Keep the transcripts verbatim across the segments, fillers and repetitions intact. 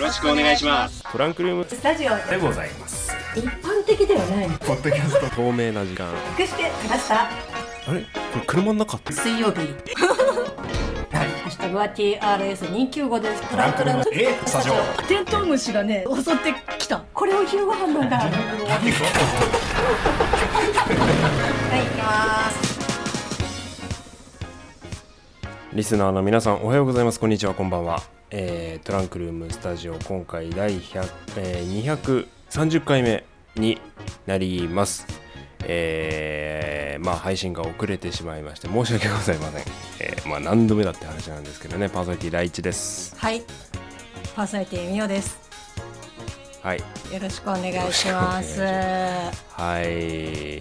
ろしくお願いします。 トランクルームスタジオでございます。 一般的ではないポッドキャスト透明な時間。 隠してきました。 あれこれ車の中って水曜日はいハッシュタグは ティーアールエスにひゃくきゅうじゅうご です。トランクルームえスタジオテントウムシがね襲ってきた。これを昼ご飯なんだはい、行きます。 リスナーの皆さんおはようございます。こんにちは、こんばんは。えー、トランクルームスタジオ今回第ひゃく、えー、にひゃくさんじゅっかいめになります。えー、まあ配信が遅れてしまいまして申し訳ございません。えー、まあ何度目だって話なんですけどね。パーソナリティ第一です。 はい、パーソナリティみおです。 はい、 よろしくお願いします。 はい、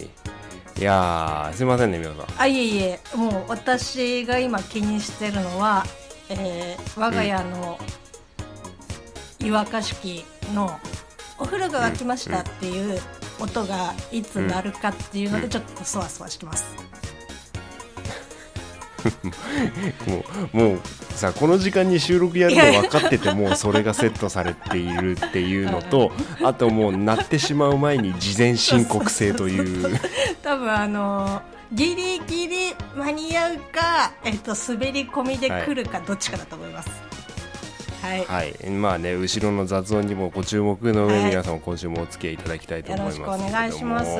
いやーすいませんねみおさん。 あ、いえいえ、もう私が今気にしてるのは、えー、我が家の湯沸かし器のお風呂が沸きましたっていう音がいつ鳴るかっていうのでちょっとそわそわしてます。 もう、もうさ、この時間に収録やるの分かっててもうそれがセットされているっていうのとあともう鳴ってしまう前に事前申告制という多分あのギリギリ間に合うか、えっと、滑り込みで来るかどっちかだと思います。はい、 はい、まあね、後ろの雑音にもご注目の上、はい、皆さんも今週もお付き合いいただきたいと思いますけれども、 よろしくお願いします。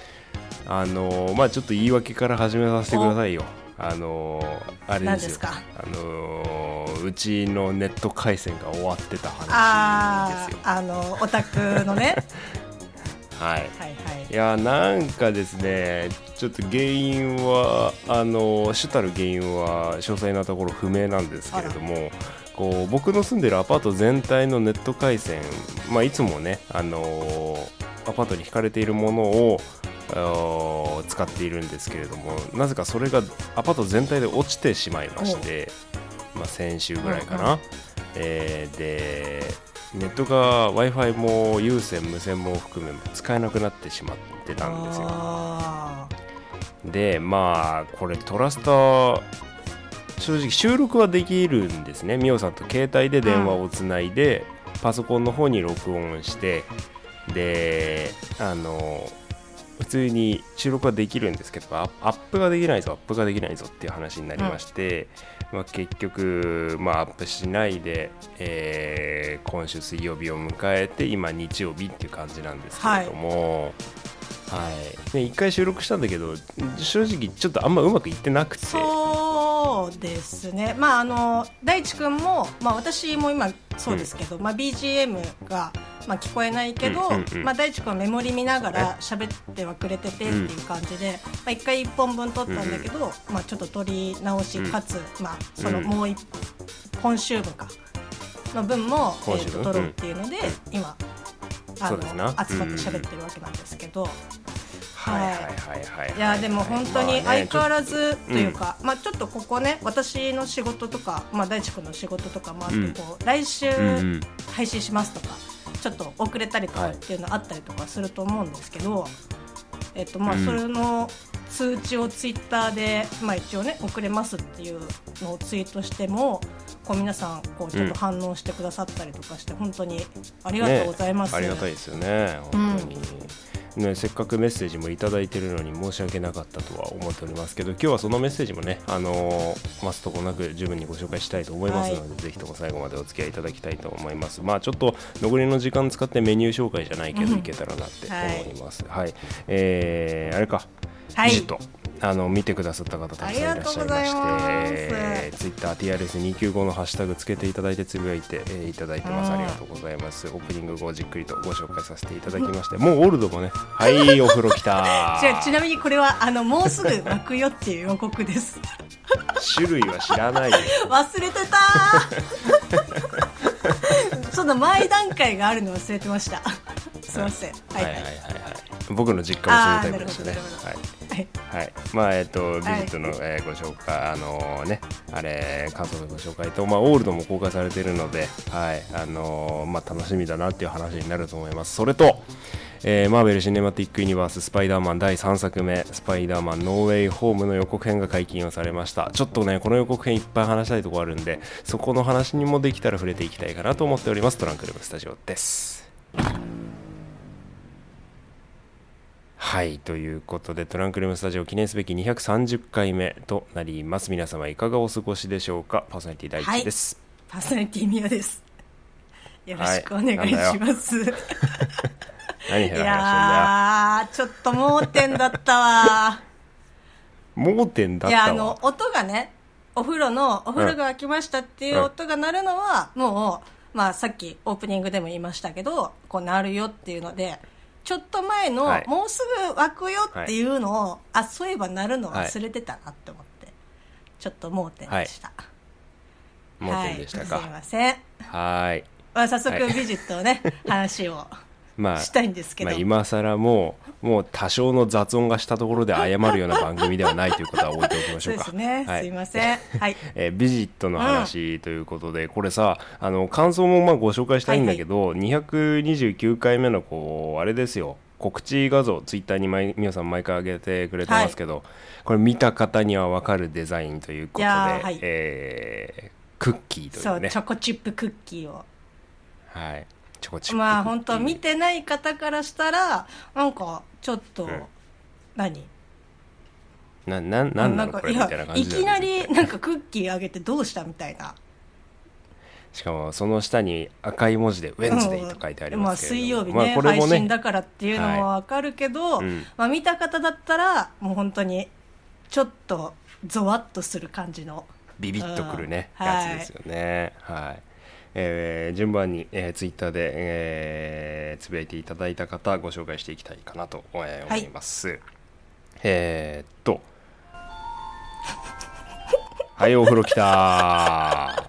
あのまあちょっと言い訳から始めさせてくださいよ。あのあれですよ、 何ですか。 あのうちのネット回線が終わってた話ですよ。 ああのオタクのねはい、はいはい、 いやなんかですね、ちょっと原因はあの主たる原因は詳細なところ不明なんですけれども、こう僕の住んでるアパート全体のネット回線、まあ、いつもね、あのアパートに引かれているものを使っているんですけれども、なぜかそれがアパート全体で落ちてしまいまして、まあ、先週ぐらいかな、うんうん、えー、でネットが Wi-Fi も有線無線も含め使えなくなってしまってたんですよ。でまあこれトラスター正直収録はできるんですね。みおさんと携帯で電話をつないで、うん、パソコンの方に録音してであの普通に収録はできるんですけどアップができないぞアップができないぞっていう話になりまして、うん、まあ、結局、まあ、アップしないで、えー、今週水曜日を迎えて今日曜日っていう感じなんですけれども、はいはい、でいっかい収録したんだけど正直ちょっとあんまうまくいってなくて。 そうですね、まああの大地君も、まあ、私も今そうですけど、うんまあ、ビージーエム が、まあ、聞こえないけど、うんうんうんまあ、大地君はメモリ見ながら喋ってはくれててっていう感じで、うんまあ、いっかいいっぽんぶん撮ったんだけど、うんうんまあ、ちょっと撮り直しかつ、うんまあ、そのもう一今週分かの分も、えー、と撮ろうっていうので、うん、今あの集まって喋ってるわけなんですけど、 はいはいはいはい、 いやでも本当に相変わらずというか、まあ、ちょっとここね私の仕事とか、まあ、大地君の仕事とかもあってこう、うん、来週配信しますとかちょっと遅れたりとかっていうのあったりとかすると思うんですけど、はいえっとまあ、それの通知をツイッターで、まあ、一応ね遅れますっていうのをツイートしてもこう皆さんこうちょっと反応してくださったりとかして、うん、本当にありがとうございます、 ね、ありがたいですよね本当に、うんね、せっかくメッセージもいただいているのに申し訳なかったとは思っておりますけど今日はそのメッセージもね、あのー、ますとこなく十分にご紹介したいと思いますので、はい、ぜひとも最後までお付き合いいただきたいと思います。まあちょっと残りの時間使ってメニュー紹介じゃないけど、うん、いけたらなって思います、はいはい、えー、あれか、はい、ビジットあの見てくださった方たくさんいらっしゃいまして、ツイッター ティーアールエスにひゃくきゅうじゅうご のハッシュタグつけていただいてつぶやいて、えー、いただいてます。ありがとうございます。オープニング後じっくりとご紹介させていただきましてもうオールドもねはいお風呂来たち, ちなみにこれはあのもうすぐ沸くよっていう予告です種類は知らないよ忘れてたその前段階があるの忘れてましたすいません、はいはいはいはい、 僕の実家もそういうタイプでしたね。はいはい、まあえっとビジットの、えー、ご紹介あのー、ねあれ感想のご紹介とまあオールドも公開されているのではいあのー、まあ楽しみだなっていう話になると思います。それとえー、マーベル・シネマティック・ユニバーススパイダーマンだいさんさくめスパイダーマンノーウェイホームの予告編が解禁をされました。ちょっとねこの予告編いっぱい話したいところあるんで、そこの話にもできたら触れていきたいかなと思っております。トランクルームスタジオです。はい、ということでトランクルームスタジオ記念すべきにひゃくさんじゅっかいめとなります。皆様いかがお過ごしでしょうか。パーソナリティ第一です、 はい、パーソナリティミヤです。よろしくお願いします、はい、 何ヘラヘラしてんだよ。いやーちょっと盲点だったわ盲点だったわ。 いやあの音がね、お風呂のお風呂が沸きましたっていう音が鳴るのは、うん、もう、まあ、さっきオープニングでも言いましたけどこう鳴るよっていうので、ちょっと前の、はい、もうすぐ沸くよっていうのを、はい、あそういえば鳴るの忘れてたなって思って、はい、ちょっと盲点でした、はい、 盲点でしたか、 はい、すいません。 はい、 まあ、早速ビジットをね、はい、話をまあ、したいんですけど、 まあ、今更もう、もう多少の雑音がしたところで謝るような番組ではないということは置いておきましょうか。 そうですね、はい、すいません、はいえー、ビジットの話ということで、うん、これさあの感想もまあご紹介したいんだけど、はいはい、にひゃくにじゅうきゅうかいめのこうあれですよ、告知画像ツイッターに毎皆さん毎回上げてくれてますけど、はい、これ見た方には分かるデザインということで、はい、えー、クッキーというね、 そうチョコチップクッキーを、 はい、チョコチップクッキー、 まあ本当見てない方からしたらなんかちょっと、うん、何なななんなのこれみたいな感じいきなりなんかクッキーあげてどうしたみたいな。 しかもその下に赤い文字でウェンズデイと書いてありますけれども、 うんまあ、水曜日ね、まあ、これもね配信だからっていうのもわかるけど、はい、うんまあ、見た方だったらもう本当にちょっとゾワッとする感じのビビッとくるね、うん、やつですよね。はい、はい、えー、順番に、えー、ツイッターで、えー、つぶやいていただいた方ご紹介していきたいかなと思います、はい、えー、っとはいお風呂来た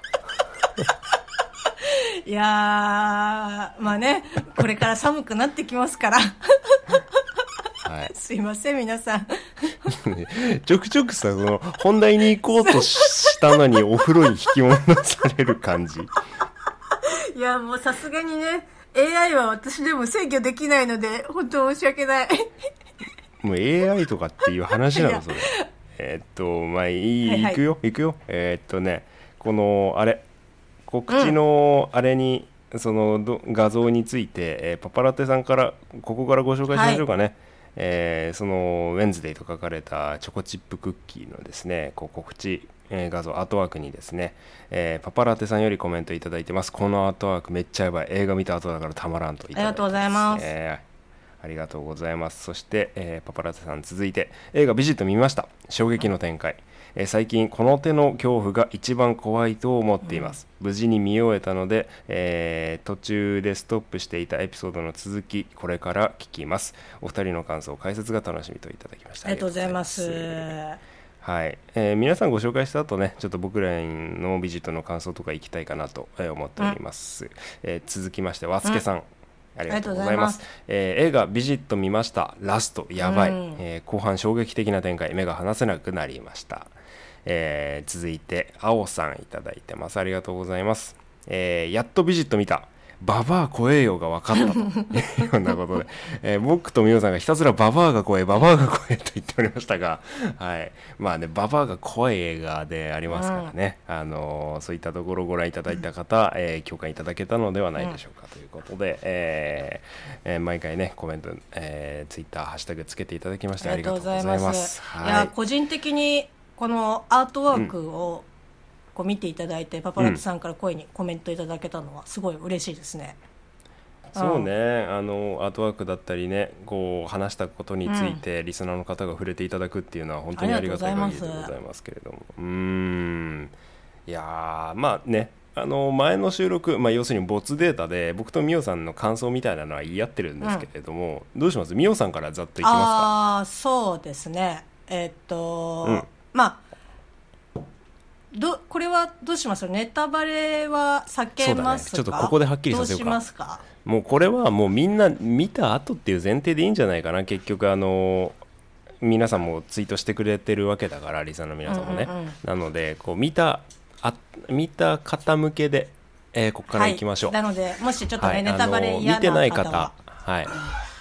いやーまあねこれから寒くなってきますからはい、すいません皆さんちょくちょくさその本題に行こうとしたのにお風呂に引き戻される感じいやもうさすがにね エーアイ は私でも制御できないので本当申し訳ないもう エーアイ とかっていう話なのそれえー、っとまあいい、はいはい、行くよ行くよえー、っとねこのあれ告知のあれに、うん、その画像について、えー、パパラテさんからここからご紹介しましょうかね、はいえー、そのウェンズデイと書かれたチョコチップクッキーのですねこう告知、えー、画像アートワークにですね、えー、パパラテさんよりコメントいただいてます。このアートワークめっちゃやばい、映画見た後だからたまらんといただいてます。 ありがとうございます、 えー、ありがとうございます。そして、えー、パパラテさん続いて映画ビジット見ました、衝撃の展開、えー、最近この手の恐怖が一番怖いと思っています、うん、無事に見終えたので、えー、途中でストップしていたエピソードの続きこれから聞きます。お二人の感想解説が楽しみといただきました。 ありがとうございます。 はいえー、皆さんご紹介した後ねちょっと僕らのビジットの感想とかいきたいかなと思っております、うんえー、続きまして和助さん、うんありがとうございます。えー、映画ビジット見ました。ラストやばい、うんえー、後半衝撃的な展開、目が離せなくなりました。えー、続いて青さんいただいてます。ありがとうございます。えー、やっとビジット見た。ババア怖えよが分かったというようなことで、えー、僕とミオさんがひたすらババアが怖いババアが怖いと言っておりましたが、はい、まあねババアが怖い映画でありますからね、うん、あのー、そういったところをご覧いただいた方、うんえー、共感いただけたのではないでしょうか、うん、ということで、えーえー、毎回ねコメント、えー、ツイッターハッシュタグつけていただきましてありがとうございます。 はい、いや個人的にこのアートワークを、うんこう見ていただいてパパラッチさんから声にコメントいただけたのはすごい嬉しいですね、 うん、そうねあのアートワークだったりねこう話したことについてリスナーの方が触れていただくっていうのは本当にありがたい限りでございますけれどもうーんいやまあねあの前の収録、まあ、要するにボツデータで僕とミオさんの感想みたいなのは言い合ってるんですけれども、うん、どうしますミオさんからざっといきますか。 あそうですねえー、っと、うん、まあどこれはどうしますネタバレは避けますか。 そうだね、ちょっとここではっきりさせようか。 どうしますか。 もうこれはもうみんな見た後っていう前提でいいんじゃないかな。結局あの皆さんもツイートしてくれてるわけだからリサの皆さんもね、うんうんうん、なのでこう見たあ見た方向けで、えー、ここからいきましょう、 はい、なのでもしちょっとね、はい、ネタバレ嫌な方は見てない方、はい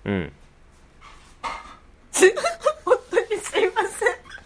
うん本当にすいません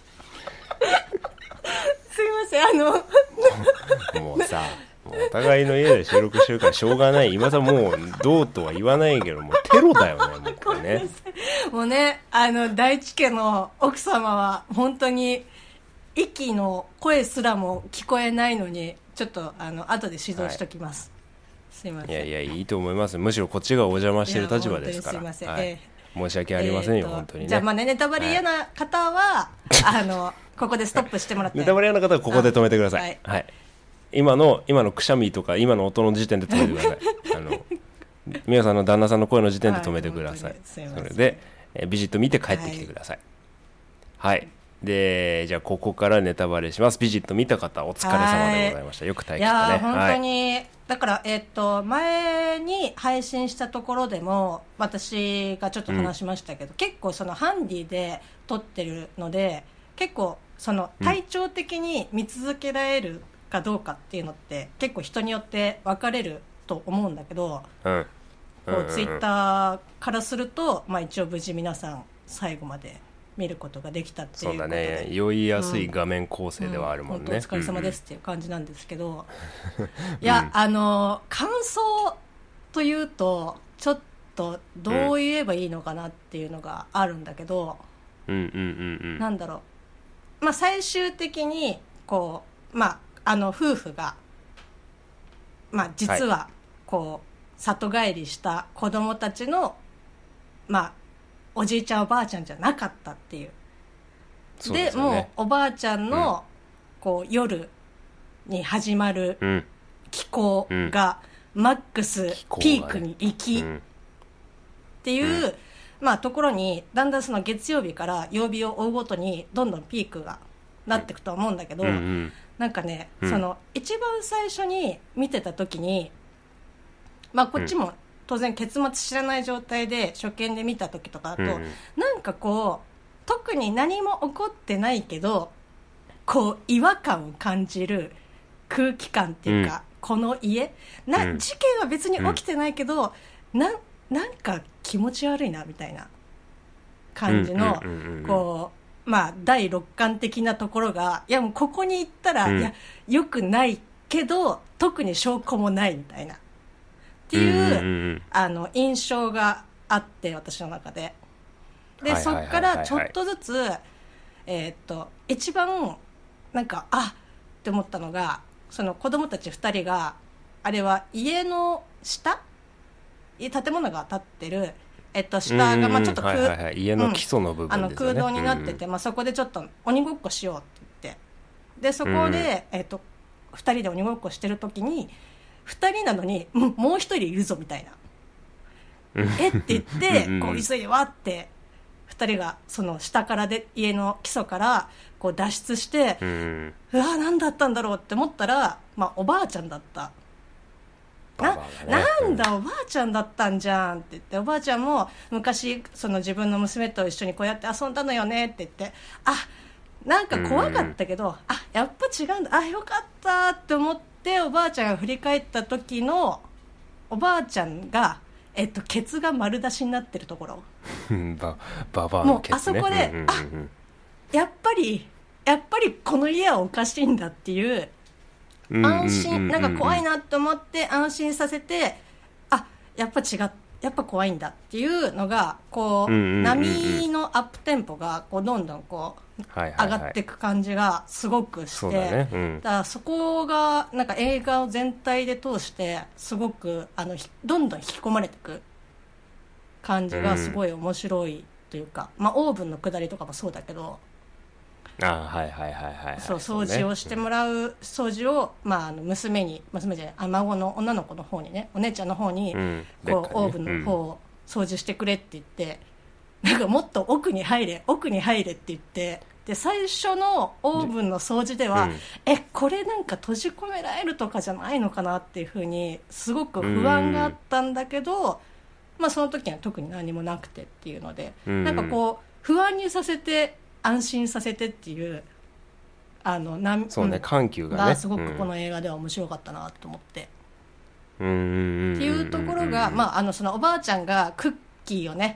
すいません、あのもうさ、もうお互いの家で収録してるからしょうがない。今さもうどうとは言わないけど、もうテロだよね、もうこれね。 もうね、あの大地家の奥様は本当に息の声すらも聞こえないのに、ちょっとあの後で指導しときます、はい、すいません。 いやいや、いいと思います。むしろこっちがお邪魔してる立場ですから。 すいません、 はい、 えー、申し訳ありませんよ、えー、本当にね。 じゃあ、まあね、ネタバレ嫌な方は、はい、あのここでストップしてもらって。 ネタバレ嫌な方はここで止めてください。はい、はい、今の今のくしゃみとか今の音の時点で止めてください。あの皆さんの旦那さんの声の時点で止めてください。はい、それで、えー、ビジッと見て帰ってきてください。はい、はい、でじゃあここからネタバレします。ビジッと見た方お疲れ様でございました。よく耐え切ったね。いや本当に、はい、だからえー、っと前に配信したところでも私がちょっと話しましたけど、うん、結構そのハンディで撮ってるので、結構その体調的に見続けられるかどうかっていうのって、うん、結構人によって分かれると思うんだけど、うん、こうツイッターからすると、まあ、一応無事皆さん最後まで見ることができたっていうことで、そうだね、 酔いやすい画面構成ではあるもんね、うんうん、 本当お疲れ様ですっていう感じなんですけど、うん、いや、うん、あの感想というとちょっとどう言えばいいのかなっていうのがあるんだけど、 うんうんうんうん、 なんだろう、まあ、最終的にこう、まあ、あの夫婦が、まあ、実はこう、里帰りした子供たちの、まあおじいちゃんおばあちゃんじゃなかったっていう。で、で、ね、もうおばあちゃんの、うん、こう夜に始まる気候がマックスピークに行き、うん、っていう、うん、まあところにだんだんその月曜日から曜日を追うごとにどんどんピークがなっていくとは思うんだけど、うんうん、なんかね、うん、その一番最初に見てた時に、まあこっちも、うん当然結末知らない状態で初見で見た時とかだと、うん、なんかこう特に何も起こってないけどこう違和感を感じる空気感っていうか、うん、この家な、うん、事件は別に起きてないけど、うん、な, なんか気持ち悪いなみたいな感じの、こうまあ第六感的なところが、いやもうここに行ったら、うん、いや良くないけど特に証拠もないみたいなっていう、うんうんうん、あの印象があって私の中で、で、はいはいはいはい、そっからちょっとずつ、えー、っと一番なんかあって思ったのが、その子供たちふたりがあれは家の下建物が建ってる、えっと、下がまあちょっと、はいはいはい、 家の基礎の部分ですよね、 うん、あの空洞になってて、うんうん、まあ、そこでちょっと鬼ごっこしようって言って、でそこで、うんえっと、ふたりで鬼ごっこしてる時にふたりなのにもうひとりいるぞみたいなえって言ってこう急いでわってふたりがその下からで家の基礎からこう脱出して、うん、うわ何だったんだろうって思ったら、まあ、おばあちゃんだった。な, なんだおばあちゃんだったんじゃんって言って、おばあちゃんも昔その自分の娘と一緒にこうやって遊んだのよねって言って、あなんか怖かったけど、うん、あやっぱ違うんだ、あよかったって思っておばあちゃんが振り返った時のおばあちゃんが、えっと、ケツが丸出しになってるところばばばのケツね、 もうあそこで、うんうんうん、あやっぱりやっぱりこの家はおかしいんだっていう安心、なんか怖いなと思って安心させて、あやっぱ違っやっぱ怖いんだっていうのがこう、うんうんうんうん、波のアップテンポがこうどんどんこう、はいはいはい、上がっていく感じがすごくして、そうだね、うん、だからそこがなんか映画を全体で通してすごくあのどんどん引き込まれていく感じがすごい面白いというか、うんまあ、オーブンの下りとかもそうだけど、 あはいはいはいはい、はい、 そう掃除をしてもらう掃除を、まあ、あの娘に娘じゃない孫の女の子の方にねお姉ちゃんの方に、うん、こうオーブンの方を掃除してくれって言って、うん、なんかもっと奥に入れ奥に入れって言って、で最初のオーブンの掃除では、うん、えこれなんか閉じ込められるとかじゃないのかなっていうふうにすごく不安があったんだけど、うんまあ、その時は特に何もなくてっていうので、うん、なんかこう不安にさせて安心させてっていうあのなそうね、緩急がねすごくこの映画では面白かったなと思って、 うん、 っていうところが、まあ、あのそのおばあちゃんがクッキーをね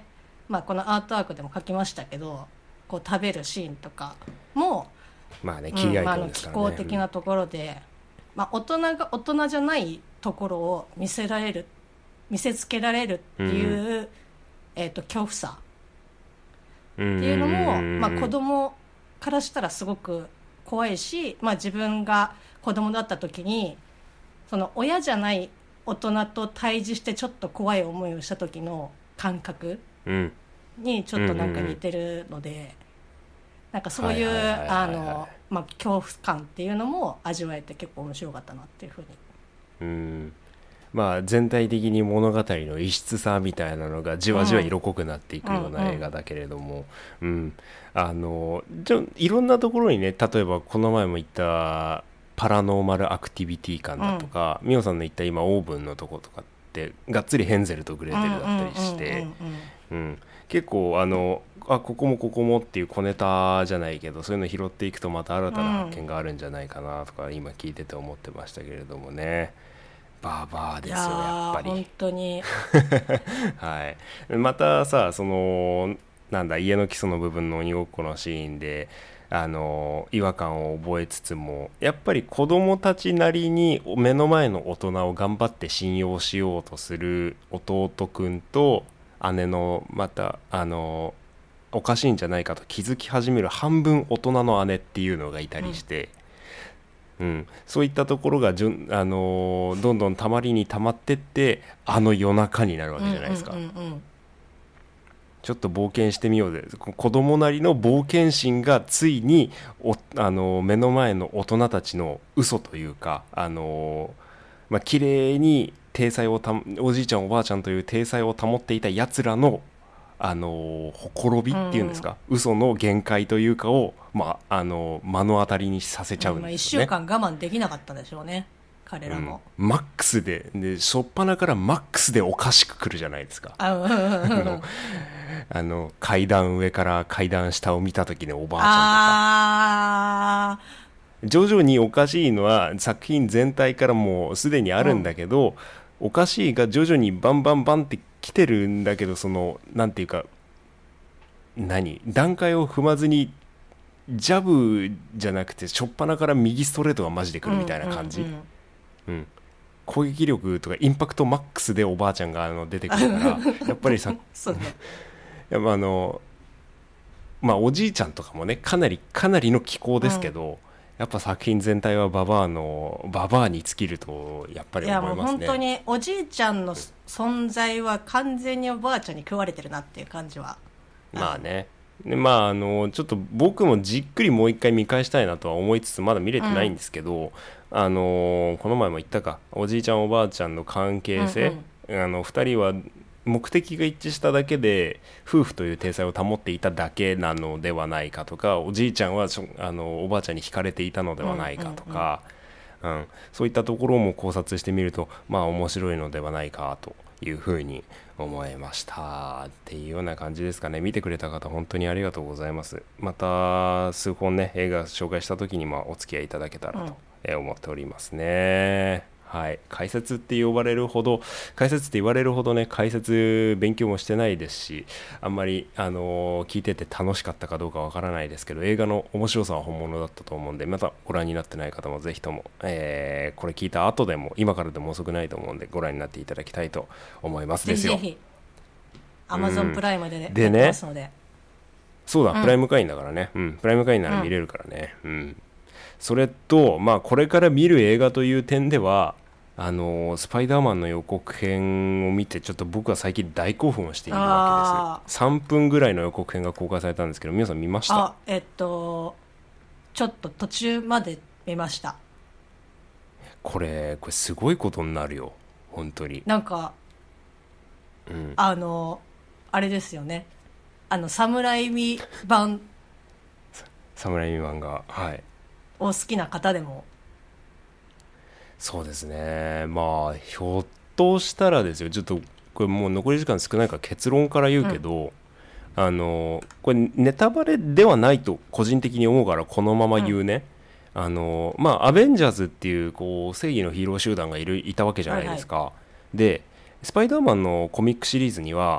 まあ、このアートワークでも書きましたけど、こう食べるシーンとかも、 まあね、キーアイテムですからね、 うんまあ、気候的なところで、まあ、大人が大人じゃないところを見せられる見せつけられるっていう、うんえー、と恐怖さっていうのも、まあ、子供からしたらすごく怖いし、まあ、自分が子供だった時にその親じゃない大人と対峙してちょっと怖い思いをした時の感覚にちょっとなんか似てるので、なんかそういうあのまあ恐怖感っていうのも味わえて結構面白かったなっていうふうに。 うんまあ、全体的に物語の異質さみたいなのがじわじわ色濃くなっていくような映画だけれども、うんうんうん、あのじゃいろんなところにね、例えばこの前も言ったパラノーマルアクティビティ感だとか、うん、ミオさんの言った今オーブンのとことかってがっつりヘンゼルとグレーテルだったりして結構あのあここもここもっていう小ネタじゃないけど、そういうの拾っていくとまた新たな発見があるんじゃないかなとか今聞いてて思ってましたけれどもね。バーバーですよやっぱり本当にはい、またさそのなんだ家の基礎の部分の鬼ごっこのシーンであの違和感を覚えつつもやっぱり子供たちなりに目の前の大人を頑張って信用しようとする弟くんと姉のまたあのおかしいんじゃないかと気づき始める半分大人の姉っていうのがいたりして、うんうん、そういったところがじゅん、あのー、どんどんたまりにたまってってあの夜中になるわけじゃないですか、うんうんうんうん、ちょっと冒険してみようぜ子供なりの冒険心がついにお、あのー、目の前の大人たちの嘘というか、あのーまあ綺麗に体裁をたおじいちゃんおばあちゃんという体裁を保っていたやつらのあのほころびっていうんですか、うん、嘘の限界というかを、まあ、あの目の当たりにさせちゃうんですよね、うんまあ、いっしゅうかん我慢できなかったでしょうね彼らも、 うん、マックスでで初っ端からマックスでおかしく来るじゃないですかあのあの階段上から階段下を見た時のおばあちゃんとかあ徐々におかしいのは作品全体からもうすでにあるんだけど、うん、おかしいが徐々にバンバンバンって来てるんだけどそのなんていうか何段階を踏まずにジャブじゃなくて初っ端から右ストレートがマジで来るみたいな感じ、うんうんうんうん、攻撃力とかインパクトマックスでおばあちゃんがあの出てくるからやっぱりさそう、ね、やっぱあのまあおじいちゃんとかもねかなりかなりの気候ですけど、うんやっぱ作品全体はババアのババアに尽きるとやっぱり思いますね。いやもう本当におじいちゃんの存在は完全におばあちゃんに食われてるなっていう感じはまあねでまああのちょっと僕もじっくりもう一回見返したいなとは思いつつまだ見れてないんですけど、うん、あのこの前も言ったかおじいちゃんおばあちゃんの関係性、うんうん、あのふたりは目的が一致しただけで夫婦という体裁を保っていただけなのではないかとかおじいちゃんはあのおばあちゃんに惹かれていたのではないかとか、うんうんうん、そういったところも考察してみるとまあ面白いのではないかというふうに思いましたっていうような感じですかね。見てくれた方本当にありがとうございます。また数本ね映画紹介した時にまあお付き合いいただけたらと思っておりますね、うんはい、解説って呼ばれるほど解説って言われるほどね解説勉強もしてないですしあんまり、あのー、聞いてて楽しかったかどうかわからないですけど映画の面白さは本物だったと思うんでまたご覧になってない方もぜひとも、えー、これ聞いた後でも今からでも遅くないと思うんでご覧になっていただきたいと思いますですよ。 ぜひぜひ Amazon プライムでやってますので、 そうだ、うん、プライム会員だからね、うん、プライム会員なら見れるからね、うんうん、それと、まあ、これから見る映画という点ではあのスパイダーマンの予告編を見てちょっと僕は最近大興奮をしているわけです。さんぷんぐらいの予告編が公開されたんですけど皆さん見ました？ あえっとちょっと途中まで見ました。 これこれすごいことになるよ本当に。 なんか、うん、あのあれですよねあのサムライミ版サムライミ版がはいお好きな方でもそうですねまあひょっとしたらですよちょっとこれもう残り時間少ないから結論から言うけど、うん、あのこれネタバレではないと個人的に思うからこのまま言うね、うん、あのまあアベンジャーズっていうこう正義のヒーロー集団がいるいたわけじゃないですか、はいはい、でスパイダーマンのコミックシリーズには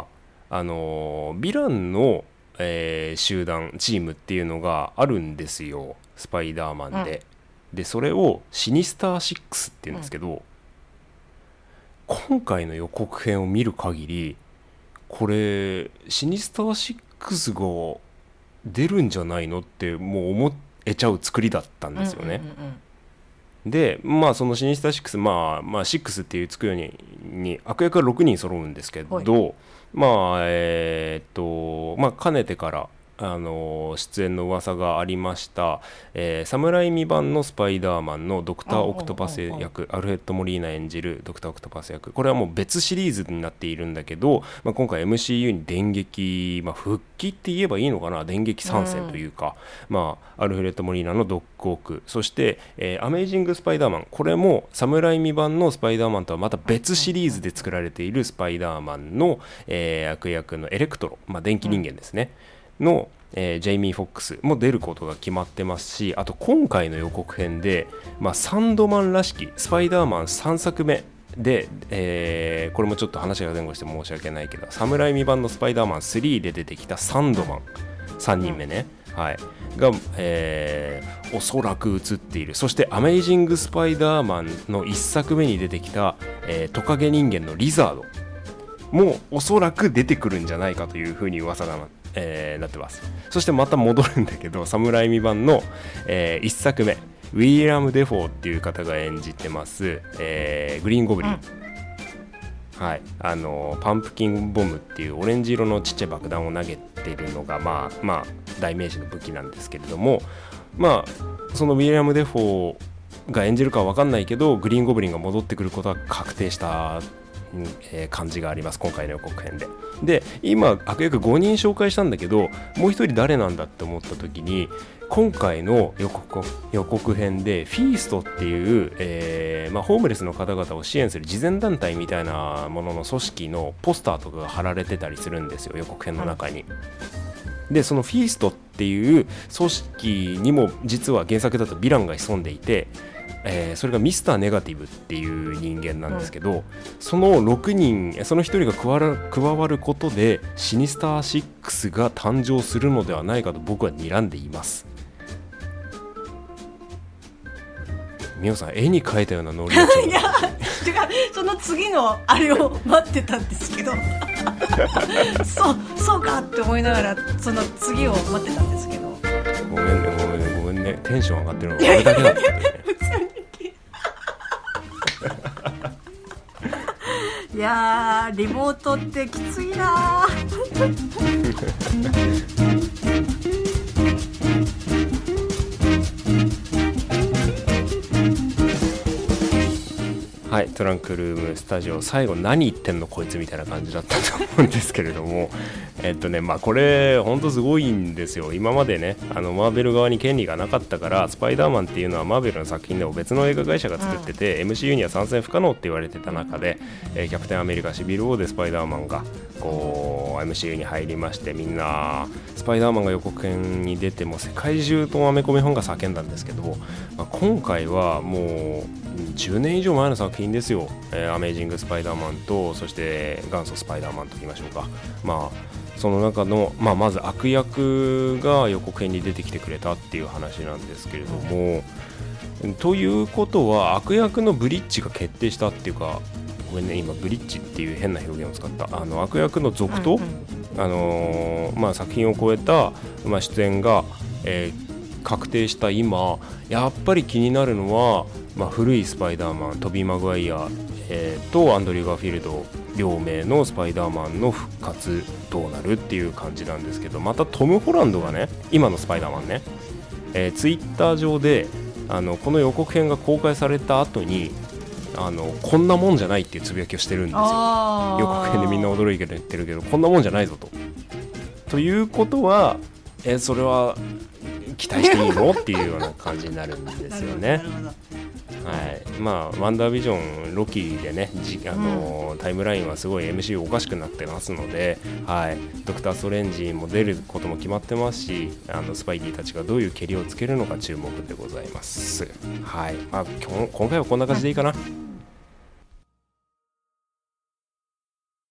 あのヴィランの、えー集団チームっていうのがあるんですよ、スパイダーマンで、うん、でそれをシニスターシックスっていうんですけど、うん、今回の予告編を見る限りこれシニスターシックスが出るんじゃないのってもう思えちゃう作りだったんですよね、うんうんうんうん、でまあそのシニスターシックス、まあ、まあシックスっていうつくようにに悪役がろくにん揃うんですけど、はい、まあえー、っとまあかねてからあの出演の噂がありました、えー、サムライミ版のスパイダーマンのドクター・オクトパス役、アルフレッド・モリーナ演じるドクター・オクトパス役、これはもう別シリーズになっているんだけど、まあ、今回 エムシーユー に電撃、まあ、復帰って言えばいいのかな、電撃参戦というか、まあ、アルフレッド・モリーナのドッグオーク、そして、えー、アメイジング・スパイダーマン、これもサムライミ版のスパイダーマンとはまた別シリーズで作られているスパイダーマンの、えー、悪役のエレクトロ、まあ、電気人間ですね、のえー、ジェイミー・フォックスも出ることが決まってますし、あと今回の予告編で、まあ、サンドマンらしきスパイダーマンさんさくめで、えー、これもちょっと話が前後して申し訳ないけど、サムライミ版のスパイダーマンスリーで出てきたサンドマンさんにんめね、はい、が、えー、おそらく映っている。そしてアメイジング・スパイダーマンのいっさくめに出てきた、えー、トカゲ人間のリザードもおそらく出てくるんじゃないかというふうに噂がなってえー、なってます。そしてまた戻るんだけど、サムライミ版の、えー、いっさくめ、ウィリアム・デフォーっていう方が演じてます、えー、グリーンゴブリン、うん、はい、あのパンプキンボムっていうオレンジ色のちっちゃい爆弾を投げてるのが、まあまあ代名詞の武器なんですけれども、まあそのウィリアム・デフォーが演じるかは分かんないけど、グリーンゴブリンが戻ってくることは確定したえー、感じがあります、今回の予告編で。で今悪役ごにん紹介したんだけど、もう一人誰なんだって思った時に、今回の予告、予告編でフィーストっていう、えーまあ、ホームレスの方々を支援する慈善団体みたいなものの組織のポスターとかが貼られてたりするんですよ、予告編の中に。でそのフィーストっていう組織にも実は原作だとヴィランが潜んでいて、えー、それがミスターネガティブっていう人間なんですけど、うん、そのろくにん、そのひとりが加わる、加わることでシニスターシックスが誕生するのではないかと僕は睨んでいます。みおさん絵に描いたような能力いや違う、その次のあれを待ってたんですけどそうそうかって思いながらその次を待ってたんですけど、 ごめんねごめんねごめんね、テンション上がってるの俺だけだったねいやーリモートってきついなはい、トランクルームスタジオ、最後何言ってんのこいつみたいな感じだったと思うんですけれどもえっとねまあこれほんとすごいんですよ。今までねあのマーベル側に権利がなかったから、スパイダーマンっていうのはマーベルの作品でも別の映画会社が作ってて、うん、エムシーユー には参戦不可能って言われてた中で、えー、キャプテンアメリカシビル・ウォーでスパイダーマンがこう エムシーユー に入りまして、みんなスパイダーマンが予告編に出ても世界中とアメコミファンが叫んだんですけど、まあ、今回はもうじゅうねん以上前の作品ですよ、えー、アメイジング・スパイダーマンと、そして元祖スパイダーマンと言いましょうか。まあその中の、まあ、まず悪役が予告編に出てきてくれたっていう話なんですけれども、ということは悪役のブリッジが決定したっていうか、ごめんね今ブリッジっていう変な表現を使った、あの悪役の続投、うんうん、あのーまあ、作品を超えた、まあ、出演が、えー、確定した今、やっぱり気になるのは、まあ、古いスパイダーマントビー・マグワイア、えー、とアンドリュー・ガーフィールド両名のスパイダーマンの復活どうなるっていう感じなんですけど、またトム・ホランドがね今のスパイダーマンね、えー、ツイッター上であのこの予告編が公開された後にあのこんなもんじゃないっていうつぶやきをしてるんですよ。予告編でみんな驚いて言ってるけど、こんなもんじゃないぞと。ということは、えー、それは期待していいのっていうような感じになるんですよね。はい、まあワンダービジョンロキでねじあの、うん、タイムラインはすごい エムシーユー おかしくなってますので、はい、ドクターストレンジも出ることも決まってますし、あのスパイディたちがどういう蹴りをつけるのか注目でございます。はい、まあ、今, 今回はこんな感じでいいかな。